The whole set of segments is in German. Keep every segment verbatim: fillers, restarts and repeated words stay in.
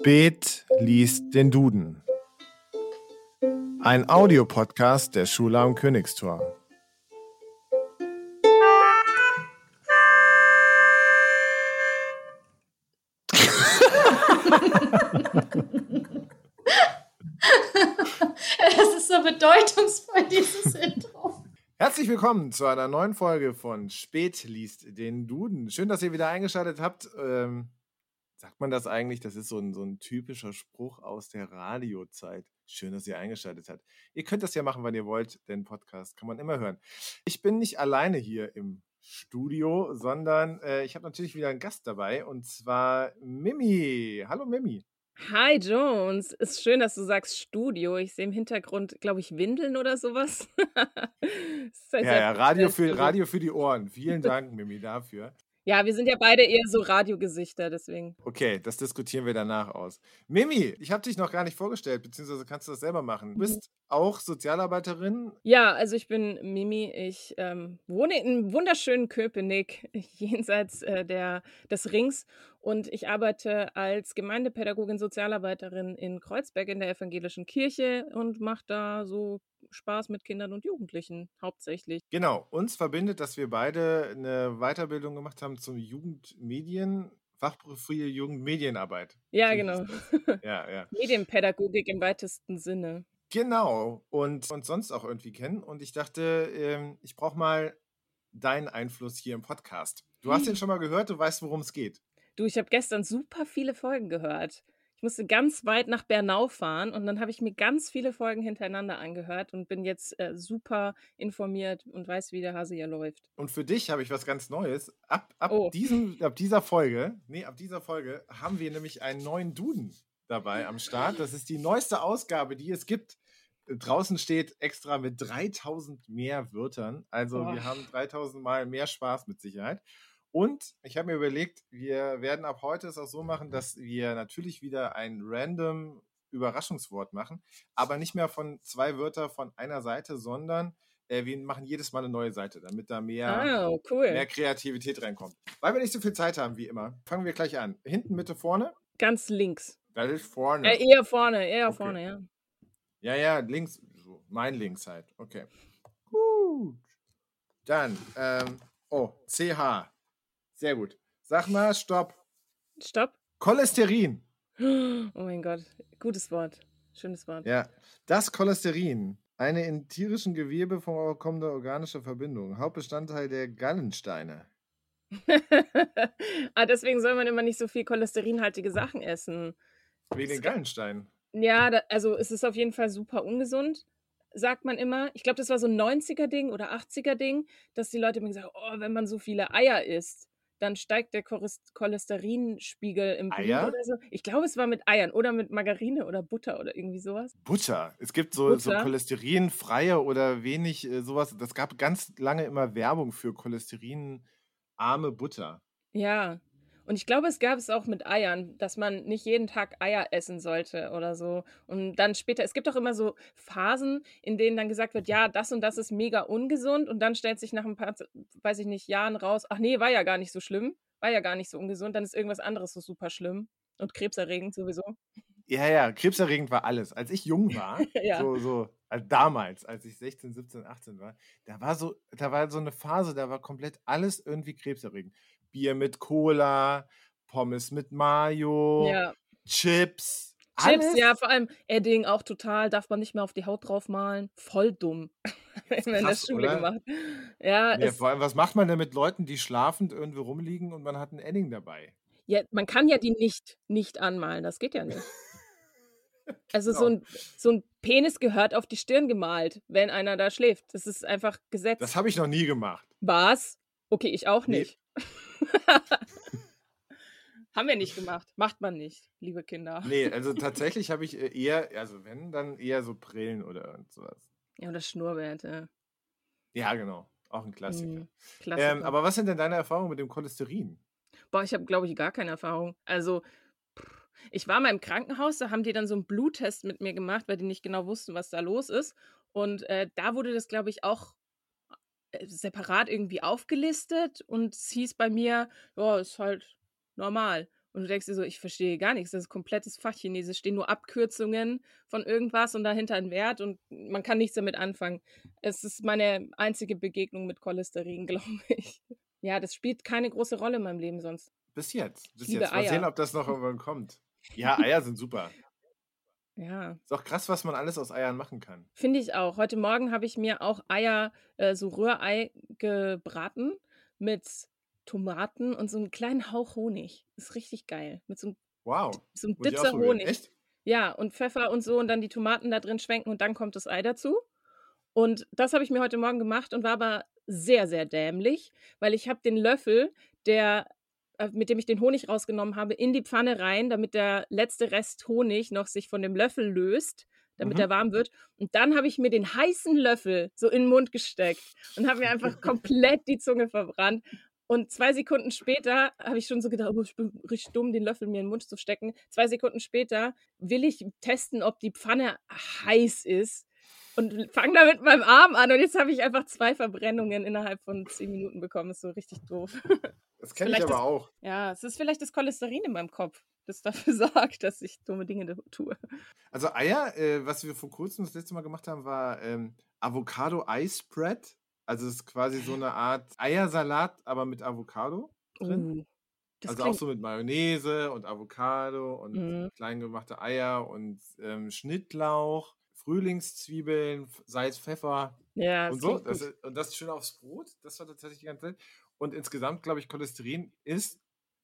Spät liest den Duden. Ein Audiopodcast der Schule am Königstor. Es ist so bedeutungsvoll, dieses Intro. Herzlich willkommen zu einer neuen Folge von Spät liest den Duden. Schön, dass ihr wieder eingeschaltet habt. Ähm, sagt man das eigentlich? Das ist so ein, so ein typischer Spruch aus der Radiozeit. Schön, dass ihr eingeschaltet habt. Ihr könnt das ja machen, wann ihr wollt. Den Podcast kann man immer hören. Ich bin nicht alleine hier im Studio, sondern äh, ich habe natürlich wieder einen Gast dabei, und zwar Mimi. Hallo Mimi. Hi Jones, ist schön, dass du sagst Studio. Ich sehe im Hintergrund, glaube ich, Windeln oder sowas. Das heißt Ja, ja, Radio für, Studio. Radio für die Ohren. Vielen Dank, Mimi, dafür. Ja, wir sind ja beide eher so Radiogesichter, deswegen. Okay, das diskutieren wir danach aus. Mimi, ich habe dich noch gar nicht vorgestellt, beziehungsweise kannst du das selber machen. Du bist auch Sozialarbeiterin. Ja, also ich bin Mimi. Ich ähm, wohne in wunderschönen Köpenick, jenseits äh, der, des Rings. Und ich arbeite als Gemeindepädagogin, Sozialarbeiterin in Kreuzberg in der evangelischen Kirche und mache da so Spaß mit Kindern und Jugendlichen hauptsächlich. Genau, uns verbindet, dass wir beide eine Weiterbildung gemacht haben zum Jugendmedien, Fachprofil Jugendmedienarbeit. Ja, So hieß genau. das. Ja, ja. Medienpädagogik im weitesten Sinne. Genau, und uns sonst auch irgendwie kennen. Und ich dachte, ähm, ich brauche mal deinen Einfluss hier im Podcast. Du hast den schon mal gehört, du weißt, worum es geht. Du, ich habe gestern super viele Folgen gehört. Ich musste ganz weit nach Bernau fahren und dann habe ich mir ganz viele Folgen hintereinander angehört und bin jetzt äh, super informiert und weiß, wie der Hase hier läuft. Und für dich habe ich was ganz Neues. Ab, ab, Oh. diesem, ab dieser Folge, nee, ab dieser Folge haben wir nämlich einen neuen Duden dabei am Start. Das ist die neueste Ausgabe, die es gibt. Draußen steht extra mit dreitausend mehr Wörtern. Also Boah. wir haben dreitausend Mal mehr Spaß mit Sicherheit. Und ich habe mir überlegt, wir werden ab heute es auch so machen, dass wir natürlich wieder ein random Überraschungswort machen, aber nicht mehr von zwei Wörtern von einer Seite, sondern äh, wir machen jedes Mal eine neue Seite, damit da mehr, Oh, cool. mehr Kreativität reinkommt. Weil wir nicht so viel Zeit haben wie immer, fangen wir gleich an. Hinten, Mitte, vorne? Ganz links. Das ist vorne. Äh, eher vorne, eher Okay. vorne, ja. Ja, ja, links, so, mein links halt. Okay. Gut. Dann, ähm, oh, C H. Sehr gut. Sag mal, stopp. Stopp. Cholesterin. Oh mein Gott, gutes Wort. Schönes Wort. Ja, das Cholesterin. Eine in tierischen Gewebe vorkommende organische Verbindung. Hauptbestandteil der Gallensteine. ah, deswegen soll man immer nicht so viel cholesterinhaltige Sachen essen. Wegen den Es- Gallensteinen. Ja, da, also es ist auf jeden Fall super ungesund, sagt man immer. Ich glaube, das war so ein neunziger-Ding oder achtziger-Ding, dass die Leute immer gesagt haben, oh, wenn man so viele Eier isst, dann steigt der Choris- Cholesterinspiegel im Blut Eier? oder so. Ich glaube, es war mit Eiern oder mit Margarine oder Butter oder irgendwie sowas. Butter. Es gibt so, so Butter? cholesterinfreie oder wenig äh, sowas. Das gab ganz lange immer Werbung für cholesterinarme Butter. Ja. Und ich glaube, es gab es auch mit Eiern, dass man nicht jeden Tag Eier essen sollte oder so. Und dann später, es gibt auch immer so Phasen, in denen dann gesagt wird, ja, das und das ist mega ungesund. Und dann stellt sich nach ein paar, weiß ich nicht, Jahren raus, ach nee, war ja gar nicht so schlimm, war ja gar nicht so ungesund. Dann ist irgendwas anderes so super schlimm und krebserregend sowieso. Ja, ja, krebserregend war alles. Als ich jung war, Ja. so, so, also damals, als ich sechzehn, siebzehn, achtzehn war, da war so, da war so eine Phase, da war komplett alles irgendwie krebserregend. Bier mit Cola, Pommes mit Mayo, Ja. Chips, Chips, alles. ja, vor allem Edding auch total, darf man nicht mehr auf die Haut drauf malen. Voll dumm. Haben wir in der krass, Schule oder? gemacht. Ja, Ja, es, vor allem, was macht man denn mit Leuten, die schlafend irgendwie rumliegen und man hat ein Edding dabei? ja, man kann ja die nicht, nicht anmalen, das geht ja nicht. Also so Genau. ein, so ein Penis gehört auf die Stirn gemalt, wenn einer da schläft. Das ist einfach Gesetz. Das habe ich noch nie gemacht. Was? Okay, ich auch Nee. nicht. Haben wir nicht gemacht. Macht man nicht, liebe Kinder. Nee, also tatsächlich habe ich äh, eher, also wenn, dann eher so Brillen oder irgend sowas. Ja, oder Schnurrbärte. Ja, genau. Auch ein Klassiker. Mhm, Klassiker. Ähm, aber was sind denn deine Erfahrungen mit dem Cholesterin? Boah, ich habe, glaube ich, gar keine Erfahrung. Also, pff, ich war mal im Krankenhaus, da haben die dann so einen Bluttest mit mir gemacht, weil die nicht genau wussten, was da los ist. Und äh, da wurde das, glaube ich, auch äh, separat irgendwie aufgelistet und es hieß bei mir, ja, ist halt normal. Und du denkst dir so, ich verstehe gar nichts, das ist komplettes Fachchinesisch, stehen nur Abkürzungen von irgendwas und dahinter ein Wert und man kann nichts damit anfangen. Es ist meine einzige Begegnung mit Cholesterin, glaube ich. Ja, das spielt keine große Rolle in meinem Leben sonst. Bis jetzt, Ich bis liebe jetzt. Mal sehen, Eier. ob das noch irgendwann kommt. Ja, Eier sind super. Ja. Ist auch krass, was man alles aus Eiern machen kann. Finde ich auch. Heute Morgen habe ich mir auch Eier, äh, so Rührei gebraten mit Tomaten und so einem kleinen Hauch Honig. Ist richtig geil. Mit so einem, Wow. so einem Muss ich Ditzer ausprobieren. Honig. Echt? Ja, und Pfeffer und so und dann die Tomaten da drin schwenken und dann kommt das Ei dazu. Und das habe ich mir heute Morgen gemacht und war aber sehr, sehr dämlich, weil ich habe den Löffel, der, äh, mit dem ich den Honig rausgenommen habe, in die Pfanne rein, damit der letzte Rest Honig noch sich von dem Löffel löst, damit Mhm. er warm wird. Und dann habe ich mir den heißen Löffel so in den Mund gesteckt und habe mir einfach komplett die Zunge verbrannt. Und zwei Sekunden später habe ich schon so gedacht, oh, ich bin richtig dumm, den Löffel mir in den Mund zu stecken. Zwei Sekunden später will ich testen, ob die Pfanne heiß ist und fange da mit meinem Arm an. Und jetzt habe ich einfach zwei Verbrennungen innerhalb von zehn Minuten bekommen. Ist so richtig doof. Das Ist kenne ich vielleicht aber das, auch. ja, es ist vielleicht das Cholesterin in meinem Kopf, das dafür sorgt, dass ich dumme Dinge da- tue. Also Eier, äh, was wir vor kurzem das letzte Mal gemacht haben, war ähm, Avocado-Ei-Spread. Also es ist quasi so eine Art Eiersalat, aber mit Avocado drin. Uh, das Also auch klingt. so mit Mayonnaise und Avocado und Mhm. klein gemachte Eier und ähm, Schnittlauch, Frühlingszwiebeln, F- Salz, Pfeffer Ja, das und so. klingt Das, gut. ist- und das schön aufs Brot. Das war tatsächlich die ganze Zeit. Und insgesamt, glaube ich, Cholesterin ist,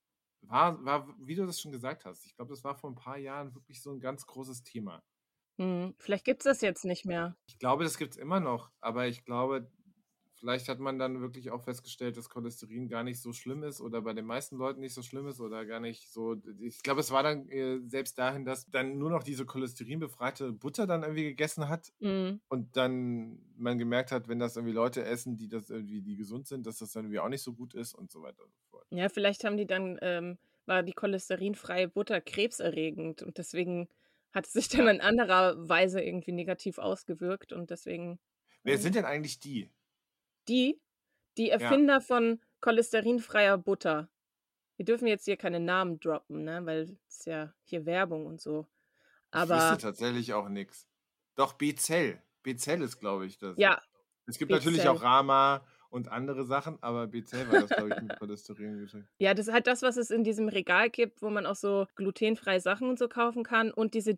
war, war, wie du das schon gesagt hast, ich glaube, das war vor ein paar Jahren wirklich so ein ganz großes Thema. Mhm. Vielleicht gibt es das jetzt nicht mehr. Ich glaube, das gibt es immer noch, aber ich glaube, vielleicht hat man dann wirklich auch festgestellt, dass Cholesterin gar nicht so schlimm ist oder bei den meisten Leuten nicht so schlimm ist oder gar nicht so. Ich glaube, es war dann äh, selbst dahin, dass dann nur noch diese cholesterinbefreite Butter dann irgendwie gegessen hat Mhm. und dann man gemerkt hat, wenn das irgendwie Leute essen, die das irgendwie, die gesund sind, dass das dann irgendwie auch nicht so gut ist und so weiter und so fort. Ja, vielleicht haben die dann, ähm, war die cholesterinfreie Butter krebserregend und deswegen hat es sich dann Ja. in anderer Weise irgendwie negativ ausgewirkt und deswegen, Wer ähm, sind denn eigentlich die? die, die Ja. Erfinder von cholesterinfreier Butter. Wir dürfen jetzt hier keine Namen droppen, ne, weil es ja hier Werbung und so. Ich wüsste Aber tatsächlich auch nichts. Doch, Bezell. Bezell ist, glaube ich, das. ja, Es gibt natürlich auch Bezell. Rama und andere Sachen, aber Bezell war das, glaube ich, mit Cholesterin geschrieben. Ja, das ist halt das, was es in diesem Regal gibt, wo man auch so glutenfreie Sachen und so kaufen kann und diese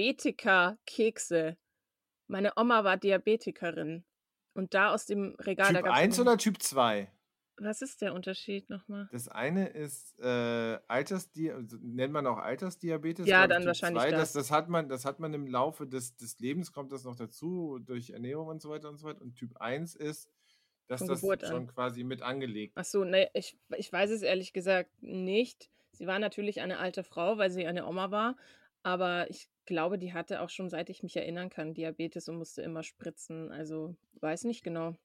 Diabetiker-Kekse. Meine Oma war Diabetikerin und da aus dem Regal, da Typ gab's eins immer. oder Typ zwei? Was ist der Unterschied nochmal? Das eine ist äh, Altersdi also nennt man auch Altersdiabetes, Ja, glaube ich, dann Typ wahrscheinlich zwei. Das, das. das, hat man, das hat man im Laufe des, des Lebens, kommt das noch dazu, durch Ernährung und so weiter und so weiter. Und Typ eins ist, dass Von das Geburt an. schon quasi mit angelegt Ach ist. so, ne, ich, ich weiß es ehrlich gesagt nicht. Sie war natürlich eine alte Frau, weil sie eine Oma war, aber ich glaube, die hatte auch schon, seit ich mich erinnern kann, Diabetes und musste immer spritzen. Also weiß nicht genau,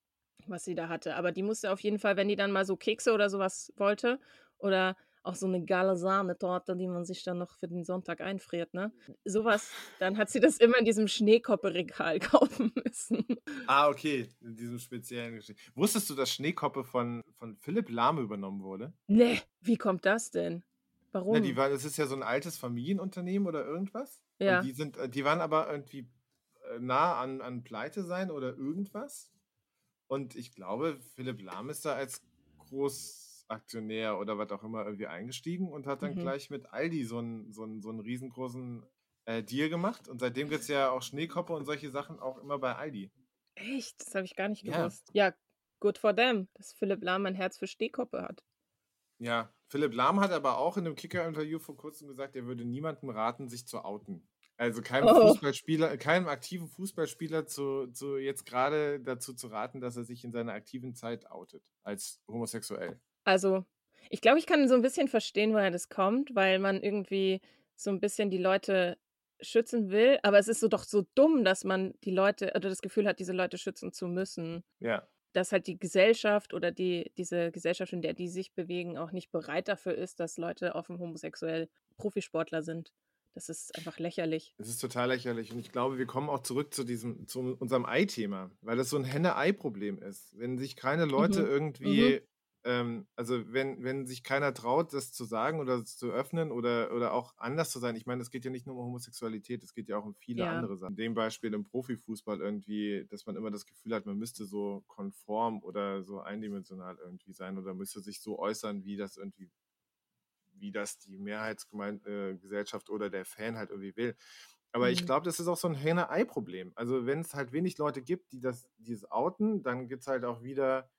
was sie da hatte. Aber die musste auf jeden Fall, wenn die dann mal so Kekse oder sowas wollte oder auch so eine geile Sahnetorte, die man sich dann noch für den Sonntag einfriert, ne? Sowas, dann hat sie das immer in diesem Schneekoppe-Regal kaufen müssen. Ah, okay, in diesem speziellen Geschichte. Wusstest du, dass Schneekoppe von, von Philipp Lahm übernommen wurde? Ne, wie kommt das denn? Na, die Warum? war, das ist ja so ein altes Familienunternehmen oder irgendwas. Und Ja. die sind, äh, die waren aber irgendwie äh, nah an, an Pleite sein oder irgendwas. Und ich glaube, Philipp Lahm ist da als Großaktionär oder was auch immer irgendwie eingestiegen und hat dann Mhm. gleich mit Aldi so einen, so einen, so einen riesengroßen äh, Deal gemacht. Und seitdem gibt es ja auch Schneekoppe und solche Sachen auch immer bei Aldi. Echt? Das habe ich gar nicht Ja, gewusst. Ja, good for them, dass Philipp Lahm ein Herz für Stehkoppe hat. ja. Philipp Lahm hat aber auch in einem Kicker-Interview vor kurzem gesagt, er würde niemandem raten, sich zu outen. Also keinem Oh. Fußballspieler, keinem aktiven Fußballspieler zu, zu jetzt gerade dazu zu raten, dass er sich in seiner aktiven Zeit outet als homosexuell. Also, ich glaube, ich kann so ein bisschen verstehen, woher das kommt, weil man irgendwie so ein bisschen die Leute schützen will, aber es ist so doch so dumm, dass man die Leute oder das Gefühl hat, diese Leute schützen zu müssen. Ja. Dass halt die Gesellschaft oder die diese Gesellschaft, in der die sich bewegen, auch nicht bereit dafür ist, dass Leute offen homosexuell Profisportler sind. Das ist einfach lächerlich. Es ist total lächerlich und ich glaube, wir kommen auch zurück zu diesem, zu unserem Ei-Thema, weil das so ein Henne-Ei-Problem ist. Wenn sich keine Leute Mhm. irgendwie Mhm. ähm, also wenn, wenn sich keiner traut, das zu sagen oder das zu öffnen oder, oder auch anders zu sein. Ich meine, es geht ja nicht nur um Homosexualität, es geht ja auch um viele Ja. andere Sachen. In dem Beispiel im Profifußball irgendwie, dass man immer das Gefühl hat, man müsste so konform oder so eindimensional irgendwie sein oder müsste sich so äußern, wie das irgendwie, wie das die Mehrheitsgesellschaft oder der Fan halt irgendwie will. Aber ich Mhm. glaube, das ist auch so ein Henne-Ei-Problem. Also wenn es halt wenig Leute gibt, die das, die es outen, dann gibt es halt auch wieder,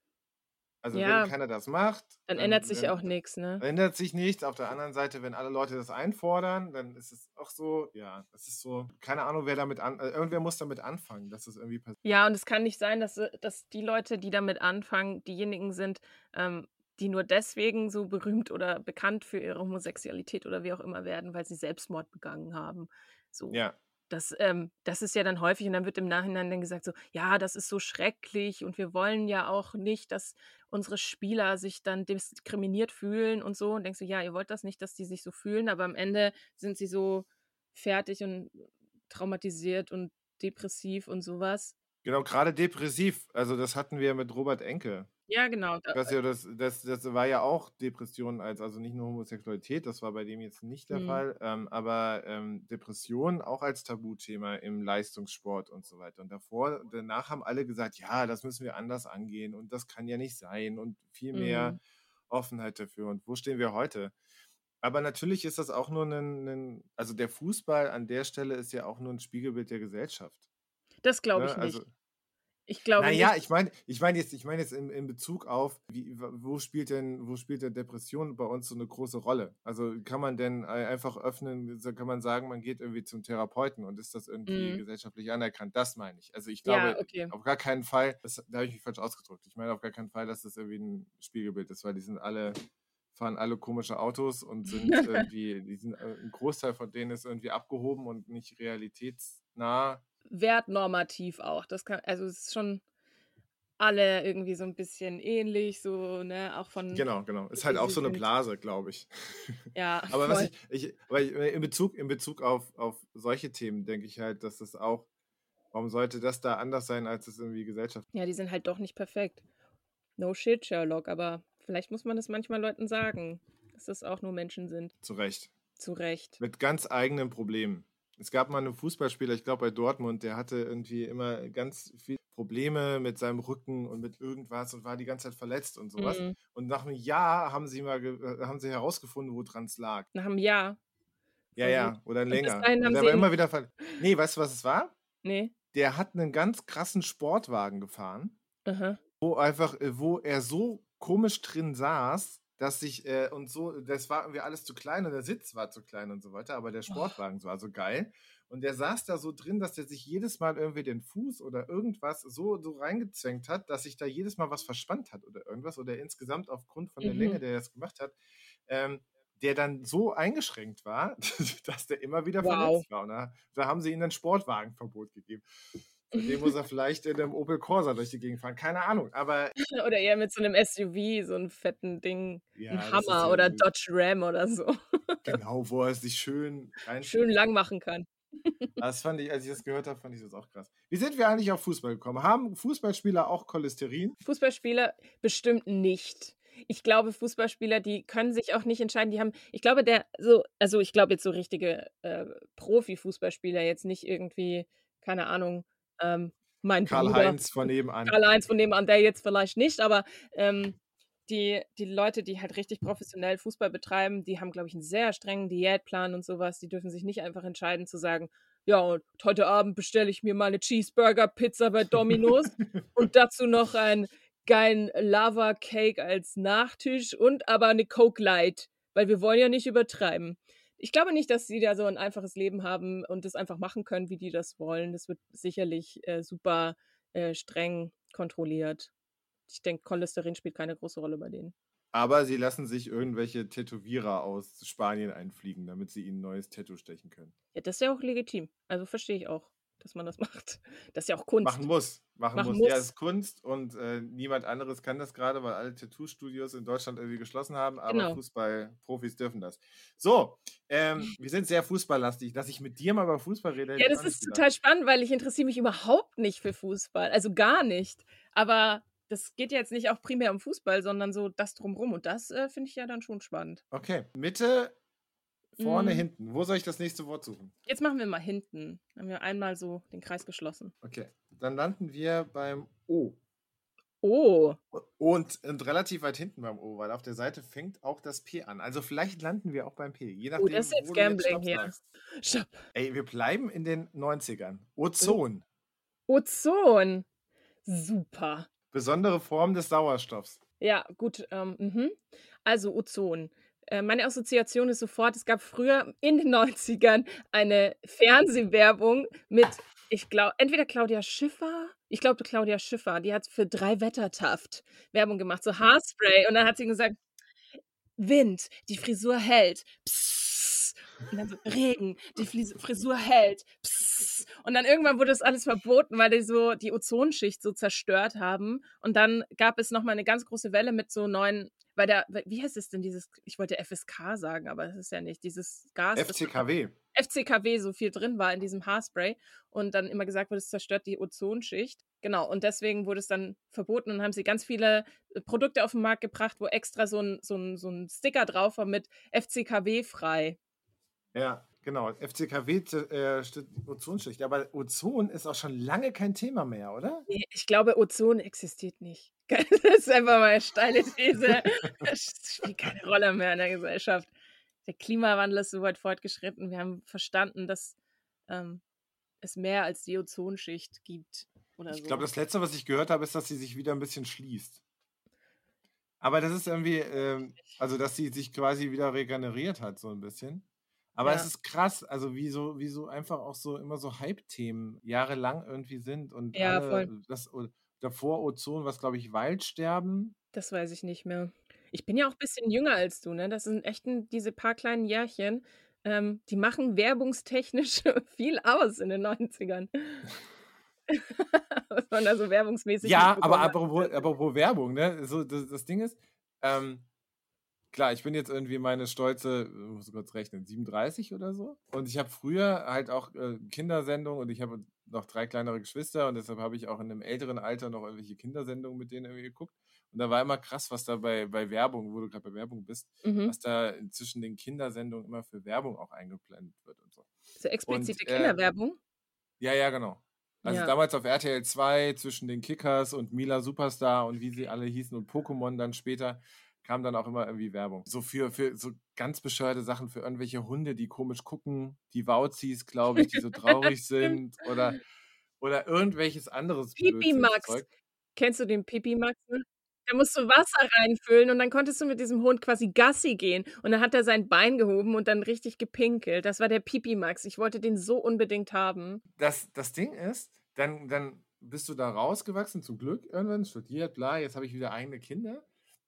also wenn Ja, keiner das macht, dann ändert dann, sich auch dann nichts, ne? ändert sich nichts. Auf der anderen Seite, wenn alle Leute das einfordern, dann ist es auch so, ja, das ist so, keine Ahnung, wer damit an, äh, irgendwer muss damit anfangen, dass es irgendwie passiert. Ja, und es kann nicht sein, dass, äh, dass die Leute, die damit anfangen, diejenigen sind, ähm, die nur deswegen so berühmt oder bekannt für ihre Homosexualität oder wie auch immer werden, weil sie Selbstmord begangen haben. So. Ja, Das, ähm, das ist ja dann häufig und dann wird im Nachhinein dann gesagt so, ja, das ist so schrecklich und wir wollen ja auch nicht, dass unsere Spieler sich dann diskriminiert fühlen und so. Und denkst du, ja, ihr wollt das nicht, dass die sich so fühlen, aber am Ende sind sie so fertig und traumatisiert und depressiv und sowas. genau, gerade depressiv. Also das hatten wir mit Robert Enke. Ja, genau. Da, Das, ja, das, das, das war ja auch Depression, als, also nicht nur Homosexualität, das war bei dem jetzt nicht der Mhm. Fall, ähm, aber ähm, Depression auch als Tabuthema im Leistungssport und so weiter. Und davor, danach haben alle gesagt, ja, das müssen wir anders angehen und das kann ja nicht sein und viel mehr Mhm. Offenheit dafür. Und wo stehen wir heute? Aber natürlich ist das auch nur ein, ein, also der Fußball an der Stelle ist ja auch nur ein Spiegelbild der Gesellschaft. Das glaube ich Ne? Also nicht. Ich glaube naja, nicht. ich meine, ich meine jetzt, ich meine jetzt in, in Bezug auf, wie, wo spielt denn, wo spielt denn Depression bei uns so eine große Rolle? Also kann man denn ei- einfach öffnen, so kann man sagen, man geht irgendwie zum Therapeuten und ist das irgendwie Mhm. gesellschaftlich anerkannt? Das meine ich. Also ich Ja, glaube okay. auf gar keinen Fall, das, da habe ich mich falsch ausgedrückt. Ich meine auf gar keinen Fall, dass das irgendwie ein Spiegelbild ist, weil die sind alle, fahren alle komische Autos und sind irgendwie, die sind, äh, ein Großteil von denen ist irgendwie abgehoben und nicht realitätsnah. Wertnormativ auch. Das kann, also es ist schon alle irgendwie so ein bisschen ähnlich, so, ne, auch von Genau, genau. Ist wie halt auch sie so eine sind. Blase, glaube ich. Ja, Aber was voll. ich, ich, aber ich- in Bezug, in Bezug auf, auf solche Themen denke ich halt, dass das auch, warum sollte das da anders sein, als es irgendwie Gesellschaft Ja, die sind halt doch nicht perfekt. No shit, Sherlock, aber vielleicht muss man das manchmal Leuten sagen, dass das auch nur Menschen sind. zu Recht. Zu Recht. Mit ganz eigenen Problemen. Es gab mal einen Fußballspieler, ich glaube bei Dortmund, der hatte irgendwie immer ganz viele Probleme mit seinem Rücken und mit irgendwas und war die ganze Zeit verletzt und sowas. Mhm. Und nach einem Jahr haben sie mal ge- äh, haben sie herausgefunden, woran es lag. Nach einem Jahr. Ja, Voll gut. ja, oder Und bis länger. dahin Und haben der sie war ihn. immer wieder ver. Nee, weißt du, was es war? Nee. Der hat einen ganz krassen Sportwagen gefahren, Aha. wo einfach, äh, wo er so komisch drin saß, dass sich, äh, und so, das war irgendwie alles zu klein und der Sitz war zu klein und so weiter, aber der Oh. Sportwagen war so geil. Und der saß da so drin, dass der sich jedes Mal irgendwie den Fuß oder irgendwas so, so reingezwängt hat, dass sich da jedes Mal was verspannt hat oder irgendwas oder insgesamt aufgrund von der Länge, Mhm. der er das gemacht hat, ähm, der dann so eingeschränkt war, dass der immer wieder Wow. verletzt war. Und da, da haben sie ihm ein Sportwagenverbot gegeben. Seitdem muss er vielleicht in einem Opel Corsa durch die Gegend fahren. Keine Ahnung, aber Oder eher mit so einem S U V, so 'n fetten Ding, 'n ja, das ist Hummer ja oder Dodge Ram oder so. genau, wo er sich schön Schön reinschiebt. lang machen kann. Das fand ich, als ich das gehört habe, fand ich das auch krass. Wie sind wir eigentlich auf Fußball gekommen? Haben Fußballspieler auch Cholesterin? Fußballspieler bestimmt nicht. Ich glaube, Fußballspieler, die können sich auch nicht entscheiden. Die haben, ich glaube, der so, also ich glaube jetzt so richtige äh, Profi-Fußballspieler, jetzt nicht irgendwie, keine Ahnung, ähm, mein Bruder, Karl-Heinz von nebenan. Karl-Heinz von nebenan, der jetzt vielleicht nicht, aber ähm, die, die Leute, die halt richtig professionell Fußball betreiben, die haben, glaube ich, einen sehr strengen Diätplan und sowas. Die dürfen sich nicht einfach entscheiden zu sagen, ja, und heute Abend bestelle ich mir mal eine Cheeseburger-Pizza bei Domino's und dazu noch einen geilen Lava-Cake als Nachtisch und aber eine Coke Light, weil wir wollen ja nicht übertreiben. Ich glaube nicht, dass sie da so ein einfaches Leben haben und das einfach machen können, wie die das wollen. Das wird sicherlich äh, super äh, streng kontrolliert. Ich denke, Cholesterin spielt keine große Rolle bei denen. Aber sie lassen sich irgendwelche Tätowierer aus Spanien einfliegen, damit sie ihnen ein neues Tattoo stechen können. Ja, das ist ja auch legitim. Also verstehe ich auch, dass man das macht. Das ist ja auch Machen Kunst. muss, machen, Machen muss. Ja, es muss. ist Kunst und äh, niemand anderes kann das gerade, weil alle Tattoo-Studios in Deutschland irgendwie geschlossen haben, aber Genau. Fußballprofis dürfen das. So, ähm, wir sind sehr fußballlastig. Dass ich mit dir mal über Fußball rede, hätte Ja, ich das auch nicht ist gedacht. total spannend, weil ich interessiere mich überhaupt nicht für Fußball. Also gar nicht. Aber das geht ja jetzt nicht auch primär um Fußball, sondern so das drumrum. Und das äh, finde ich ja dann schon spannend. Okay, Mitte, vorne, Mm, hinten. Wo soll ich das nächste Wort suchen? Jetzt machen wir mal hinten. Haben wir einmal so den Kreis geschlossen. Okay, dann landen wir beim O. Oh, Und, und relativ weit hinten beim O, weil auf der Seite fängt auch das P an. Also vielleicht landen wir auch beim P, je oh, nachdem, das ist jetzt wo du jetzt Gambling Stopp hier. sagst. Stopp. Ey, wir bleiben in den neunzigern. Oh, Ozon, Ozon. Super. besondere Form des Sauerstoffs. Ja, gut. Ähm, mhm. Also Ozon. Äh, meine Assoziation ist sofort, es gab früher in den neunzigern eine Fernsehwerbung mit, ich glaube, entweder Claudia Schiffer, ich glaube Claudia Schiffer, die hat für drei Wettertaft Werbung gemacht, so Haarspray. Und dann hat sie gesagt, Wind, die Frisur hält. Psst. Und dann so Regen, die Flis- Frisur hält. Psst. Und dann irgendwann wurde das alles verboten, weil die so die Ozonschicht so zerstört haben. Und dann gab es nochmal eine ganz große Welle mit so neuen, weil der, wie heißt es denn dieses, ich wollte F S K sagen, aber das ist ja nicht, dieses Gas, F das C K W. F C K W so viel drin war in diesem Haarspray und dann immer gesagt wurde, es zerstört die Ozonschicht. Genau, und deswegen wurde es dann verboten und haben sie ganz viele äh, Produkte auf den Markt gebracht, wo extra so ein, so ein, so ein Sticker drauf war mit F C K W frei. Ja, genau. F C K W äh, steht Ozonschicht. Aber Ozon ist auch schon lange kein Thema mehr, oder? Nee, ich glaube, Ozon existiert nicht. Das ist einfach mal eine steile These. Das spielt keine Rolle mehr in der Gesellschaft. Der Klimawandel ist so weit fortgeschritten. Wir haben verstanden, dass ähm, es mehr als die Ozonschicht gibt. Oder Ich so. glaube, das Letzte, was ich gehört habe, ist, dass sie sich wieder ein bisschen schließt. Aber das ist irgendwie, ähm, also dass sie sich quasi wieder regeneriert hat, so ein bisschen. Aber es Ja. ist krass, also wie so, wie so einfach auch so immer so Hype-Themen jahrelang irgendwie sind und Ja, alle, voll. das o- davor Ozon, was glaube ich, Waldsterben. Das weiß ich nicht mehr. Ich bin ja auch ein bisschen jünger als du, ne? Das sind echt 'n diese paar kleinen Jährchen, ähm, die machen werbungstechnisch viel aus in den neunzigern. Was man da so werbungsmäßig Ja, aber mitbekommen hat. apropos, apropos Werbung, ne? So, das, das Ding ist, ähm, klar, ich bin jetzt irgendwie meine stolze, äh, muss ich kurz rechnen, siebenunddreißig oder so. Und ich habe früher halt auch äh, Kindersendungen und ich habe noch drei kleinere Geschwister und deshalb habe ich auch in einem älteren Alter noch irgendwelche Kindersendungen mit denen irgendwie geguckt. Und da war immer krass, was da bei, bei Werbung, wo du gerade bei Werbung bist, Mhm. was da zwischen den Kindersendungen immer für Werbung auch eingeblendet wird und so. So explizite Und äh, Kinderwerbung? ja, ja, genau. Also Ja. damals auf R T L zwei zwischen den Kickers und Mila Superstar und wie sie alle hießen und Pokémon dann später kam dann auch immer irgendwie Werbung. So für, für so ganz bescheuerte Sachen für irgendwelche Hunde, die komisch gucken, die Wauzis, glaube ich, die so traurig Stimmt. sind oder, oder irgendwelches anderes Pipi Max. Blödsinnszeug. Kennst du den Pipi Max, ne? Da musst du Wasser reinfüllen und dann konntest du mit diesem Hund quasi Gassi gehen und dann hat er sein Bein gehoben und dann richtig gepinkelt. Das war der Pipi Max. Ich wollte den so unbedingt haben. Das, das Ding ist, dann, dann bist du da rausgewachsen, zum Glück, irgendwann studiert, bla, jetzt habe ich wieder eigene Kinder.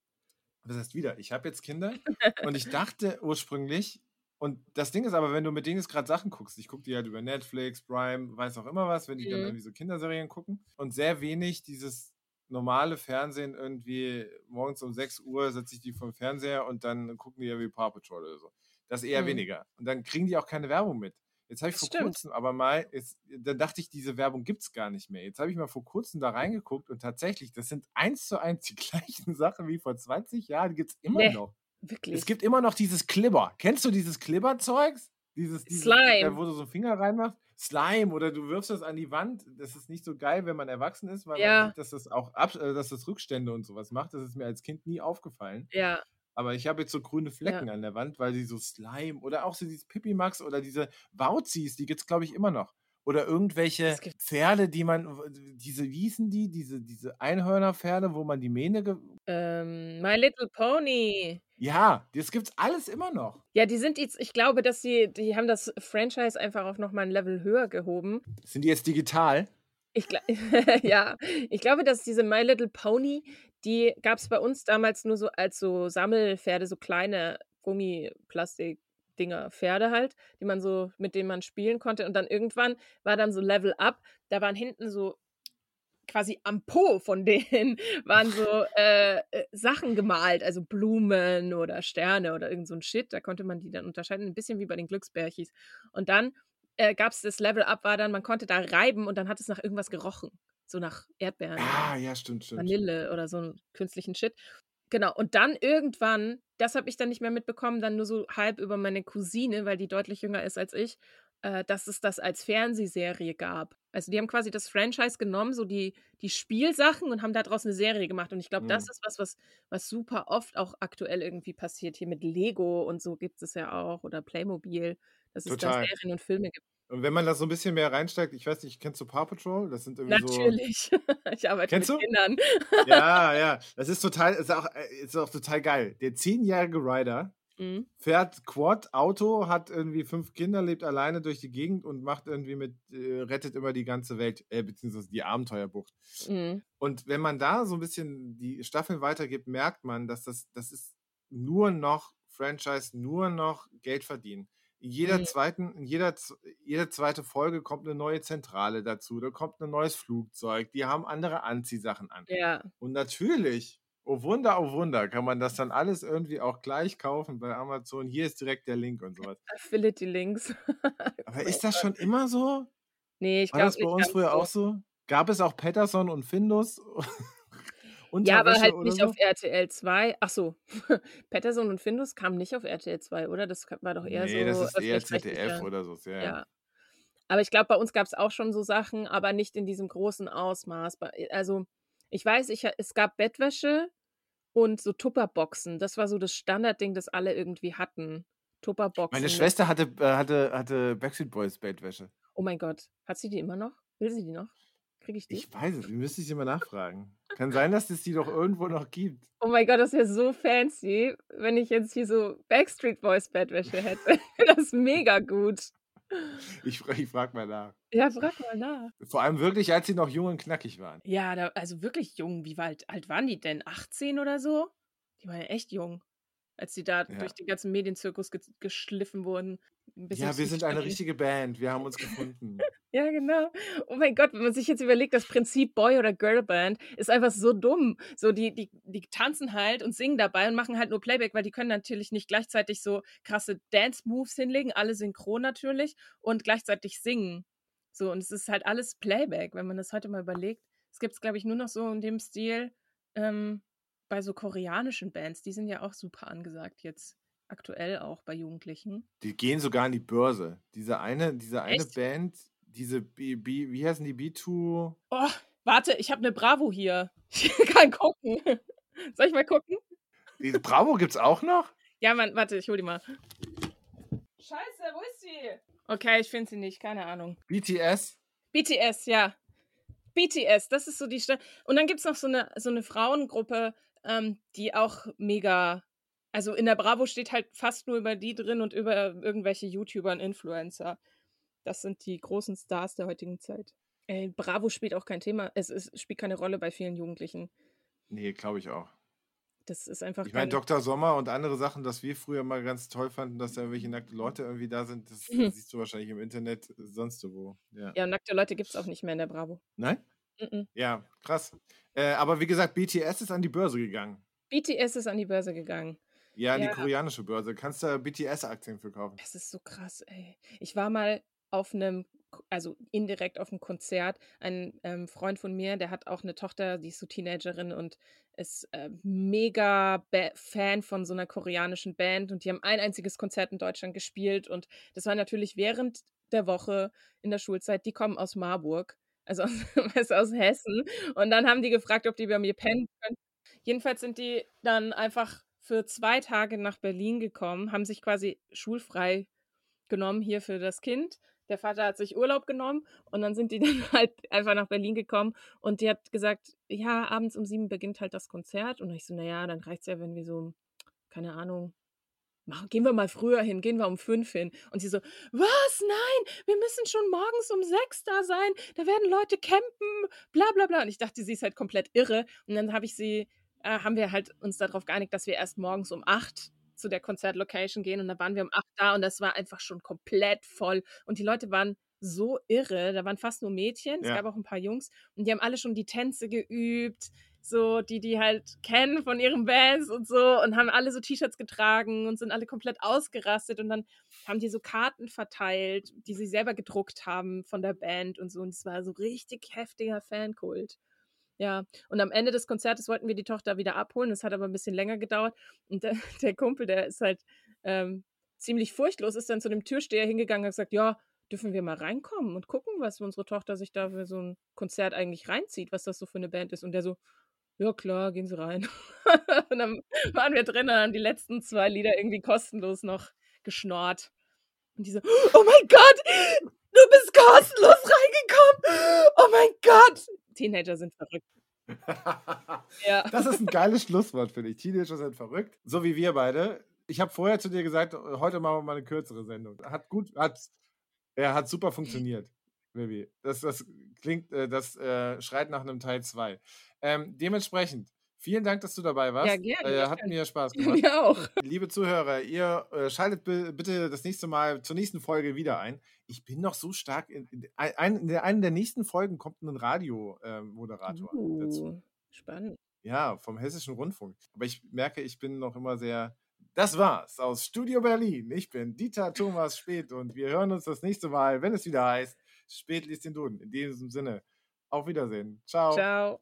Das heißt wieder, ich habe jetzt Kinder und ich dachte ursprünglich, und das Ding ist aber, wenn du mit denen jetzt gerade Sachen guckst, ich gucke die halt über Netflix, Prime, weiß auch immer was, wenn die dann Mhm. irgendwie so Kinderserien gucken und sehr wenig dieses normale Fernsehen irgendwie morgens um sechs Uhr setze ich die vom Fernseher und dann gucken die ja wie Paw Patrol oder so. Das eher Mhm. weniger. Und dann kriegen die auch keine Werbung mit. Jetzt habe ich Das vor stimmt. kurzem aber mal, jetzt, dann dachte ich, diese Werbung gibt es gar nicht mehr. Jetzt habe ich mal vor kurzem da reingeguckt und tatsächlich, das sind eins zu eins die gleichen Sachen wie vor zwanzig Jahren, die gibt es immer Ne, noch. Es wirklich. gibt immer noch dieses Klibber. Kennst du dieses Klibber-Zeugs? Dieses, dieses, da, Slime. wo du so einen Finger reinmachst? Slime oder du wirfst das an die Wand. Das ist nicht so geil, wenn man erwachsen ist, weil man Ja, sieht, dass das auch ab, äh, dass das Rückstände und sowas macht. Das ist mir als Kind nie aufgefallen. ja, Aber ich habe jetzt so grüne ja. Flecken an der Wand, weil die so Slime oder auch so dieses Pipi Max oder diese Wauzis, die gibt es, glaube ich, immer noch. Oder irgendwelche Das gibt Pferde, die man, diese, wie hießen die? Diese, diese Einhörnerpferde, wo man die Mähne. Ge ähm, My Little Pony. ja, das gibt's alles immer noch. Ja, die sind jetzt, ich glaube, dass sie, die haben das Franchise einfach auf nochmal ein Level höher gehoben. Sind die jetzt digital? Ich gla ja, ich glaube, dass diese My Little Pony, die gab es bei uns damals nur so als so Sammelpferde, so kleine Gummiplastik-Dinger, Pferde halt, die man so mit denen man spielen konnte. Und dann irgendwann war dann so Level Up, da waren hinten so quasi am Po von denen waren so äh, äh, Sachen gemalt, also Blumen oder Sterne oder irgend so ein Shit. Da konnte man die dann unterscheiden, ein bisschen wie bei den Glücksbärchis. Und dann äh, gab es das Level Up, war dann, man konnte da reiben und dann hat es nach irgendwas gerochen. so nach Erdbeeren oder Ah, ja, stimmt, stimmt. Vanille oder so 'n künstlichen Shit. Genau, und dann irgendwann, das habe ich dann nicht mehr mitbekommen, dann nur so halb über meine Cousine, weil die deutlich jünger ist als ich, äh, dass es das als Fernsehserie gab. Also, die haben quasi das Franchise genommen, so die die Spielsachen und haben da draus 'ne Serie gemacht. Und ich glaube, das Mhm. ist was, was was super oft auch aktuell irgendwie passiert. Hier mit Lego und so gibt es ja auch oder Playmobil, dass es da Total. Serien und Filme gibt. Und wenn man da so 'n bisschen mehr reinsteigt, ich weiß nicht, kennst du Paw Patrol? Das sind irgendwie so Natürlich. Ich arbeite Kennst mit du? Kindern. Ja, ja. Das ist total ist auch äh, ist auch total geil. Der zehnjährige Ryder Mhm. fährt Quad, Auto, hat irgendwie fünf Kinder, lebt alleine durch die Gegend und macht irgendwie mit äh, rettet immer die ganze Welt, äh, beziehungsweise die Abenteuerbucht. Mhm. Und wenn man da so 'n bisschen die Staffeln weitergibt, merkt man, dass das das ist nur noch Franchise, nur noch Geld verdienen. In jeder Mhm. zweiten in jeder z jede zweite Folge kommt 'ne neue Zentrale dazu, da kommt 'n neues Flugzeug, die haben andere Anziehsachen an. Ja. Und natürlich, oh Wunder, oh Wunder, kann man das dann alles irgendwie auch gleich kaufen bei Amazon. Hier ist direkt der Link und so was. Affiliate Links. Aber Oh ist das Gott. schon immer so? Ne, ich War glaube das bei nicht uns ganz früher so. auch so? Gab es auch Peterson und Findus? Ja, aber Unterwäsche halt oder nicht auf so? R T L zwei. Ach so, Peterson und Findus kamen nicht auf R T L zwei, oder? Das ka war doch eher Ne, das so ist eher Z D F öffentlich-rechtlicher. oder so, ja, ja. Ja. Aber ich glaube, bei uns gab's auch schon so Sachen, aber nicht in diesem großen Ausmaß. Bei äh, also, ich weiß, ich ha es gab Bettwäsche und so Tupperboxen. Das war so das Standardding, das alle irgendwie hatten. Meine Tupperboxen mit Schwester hatte äh, hatte hatte Backstreet Boys Bettwäsche. Oh mein Gott, hat sie die immer noch? Will sie die noch? Kriege ich die? Ich weiß es, müsste ich sie mal nachfragen. Kann sein, dass es die doch irgendwo noch gibt. Oh mein Gott, das wäre so fancy, wenn ich jetzt hier so Backstreet Boys Bettwäsche hätte. Das ist mega gut. Ich fra ich frage mal nach. Ja, frag mal nach. Vor allem wirklich, als sie noch jung und knackig waren. Ja, da also wirklich jung. Wie walt alt waren die denn? achtzehn oder so? Die waren ja echt jung, als sie da durch Ja. den ganzen Medienzirkus gez geschliffen wurden. 'N bisschen Ja, wir sind eine Psychiatrie. richtige Band. Wir haben uns gefunden. Ja, genau. Oh mein Gott, wenn man sich jetzt überlegt, das Prinzip Boy oder Girlband ist einfach so dumm. So, die die die tanzen halt und singen dabei und machen halt nur Playback, weil die können natürlich nicht gleichzeitig so krasse Dance-Moves hinlegen, alle synchron natürlich und gleichzeitig singen. So, und es ist halt alles Playback, wenn man das heute mal überlegt. Das gibt's, glaube ich, nur noch so in dem Stil, ähm, bei so koreanischen Bands. Die sind ja auch super angesagt jetzt, aktuell auch bei Jugendlichen. Die gehen sogar an die Börse. Diese eine diese eine Echt? Band, diese B B wie heißen die? B zwei Oh, warte, ich habe 'ne Bravo hier. Ich kann gucken. Soll ich mal gucken? Die Bravo gibt's auch noch? Ja, Mann, warte, ich hole die mal. Scheiße, wo ist sie? Okay, ich finde sie nicht, keine Ahnung. B T S? B T S, ja. B T S, das ist so die Sta und dann gibt's noch so 'ne so 'ne Frauengruppe, ähm, die auch mega also, in der Bravo steht halt fast nur über die drin und über irgendwelche YouTuber und Influencer. Das sind die großen Stars der heutigen Zeit. Ey, Bravo spielt auch kein Thema es es spielt keine Rolle bei vielen Jugendlichen. Ne, glaube ich auch. Das ist einfach Ich meine, kein Doktor Sommer und andere Sachen, dass wir früher mal ganz toll fanden, dass da irgendwelche nackte Leute irgendwie da sind, das Mhm. siehst du wahrscheinlich im Internet sonst wo, ja. Ja, nackte Leute gibt's auch nicht mehr in der Bravo. Nein? Mm-mm. Ja, krass. Äh, aber wie gesagt, B T S ist an die Börse gegangen. B T S ist an die Börse gegangen. Ja, an die Ja. koreanische Börse. Kannst da B T S-Aktien für kaufen. Das ist so krass, ey. Ich war mal auf 'nem K also, indirekt auf'm Konzert. Ein, ähm, Freund von mir, der hat auch 'ne Tochter, die ist so Teenagerin und ist, äh, mega Ba Fan von so 'ner koreanischen Band und die haben ein einziges Konzert in Deutschland gespielt und das war natürlich während der Woche in der Schulzeit. Die kommen aus Marburg, also, aus weißt du, aus Hessen und dann haben die gefragt, ob die bei mir pennen können. Jedenfalls sind die dann einfach für zwei Tage nach Berlin gekommen, haben sich quasi schulfrei genommen hier für das Kind. Der Vater hat sich Urlaub genommen und dann sind die dann halt einfach nach Berlin gekommen und die hat gesagt: „Ja, abends um sieben beginnt halt das Konzert.“ Und ich so: „Na ja, dann reicht's ja, wenn wir so, keine Ahnung, machen gehen wir mal früher hin, gehen wir um fünf hin.“ Und sie so: „Was? Nein, wir müssen schon morgens um sechs da sein. Da werden Leute campen, bla bla bla.“ Und ich dachte, sie ist halt komplett irre. Und dann habe ich sie äh, haben wir halt uns da drauf geeinigt, dass wir erst morgens um acht zu der Konzertlocation gehen und dann waren wir um acht da und das war einfach schon komplett voll. Und die Leute waren so irre, da waren fast nur Mädchen, es Ja. gab auch 'n paar Jungs und die haben alle schon die Tänze geübt. so, die die halt kennen von ihren Bands und so und haben alle so T-Shirts getragen und sind alle komplett ausgerastet und dann haben die so Karten verteilt, die sie selber gedruckt haben von der Band und so und es war so richtig heftiger Fankult. Ja, und am Ende des Konzertes wollten wir die Tochter wieder abholen, das hat aber ein bisschen länger gedauert und der, der Kumpel, der ist halt ähm, ziemlich furchtlos, ist dann zu dem Türsteher hingegangen und hat gesagt, ja, dürfen wir mal reinkommen und gucken, was unsere Tochter sich da für so ein Konzert eigentlich reinzieht, was das so für eine Band ist. Und der so, ja klar, gehen Sie rein. Und dann waren wir drin und haben die letzten zwei Lieder irgendwie kostenlos noch geschnorrt. Und die so, oh mein Gott, du bist kostenlos reingekommen. Oh mein Gott. Teenager sind verrückt. Ja. Das ist ein geiles Schlusswort, finde ich. Teenager sind verrückt. So wie wir beide. Ich habe vorher zu dir gesagt, heute machen wir mal eine kürzere Sendung. Hat gut, hat, ja, hat super funktioniert, Baby. Das, das klingt, äh, das äh, schreit nach einem Teil zwei. Ähm, dementsprechend, vielen Dank, dass du dabei warst. Ja, gerne. Äh, ja, hat gerne. mir Spaß gemacht. Mir auch. Liebe Zuhörer, ihr äh, schaltet bi- bitte das nächste Mal zur nächsten Folge wieder ein. Ich bin noch so stark, in, in, ein, in der, einer der nächsten Folgen kommt ein Radiomoderator dazu. Uh, spannend. Ja, vom Hessischen Rundfunk. Aber ich merke, ich bin noch immer sehr. Das war's aus Studio Berlin. Ich bin Dieter Thomas Speth und wir hören uns das nächste Mal, wenn es wieder heißt, Speth liest den Duden. In diesem Sinne, auf Wiedersehen. Ciao. Ciao.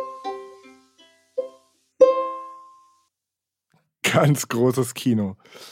Ganz großes Kino.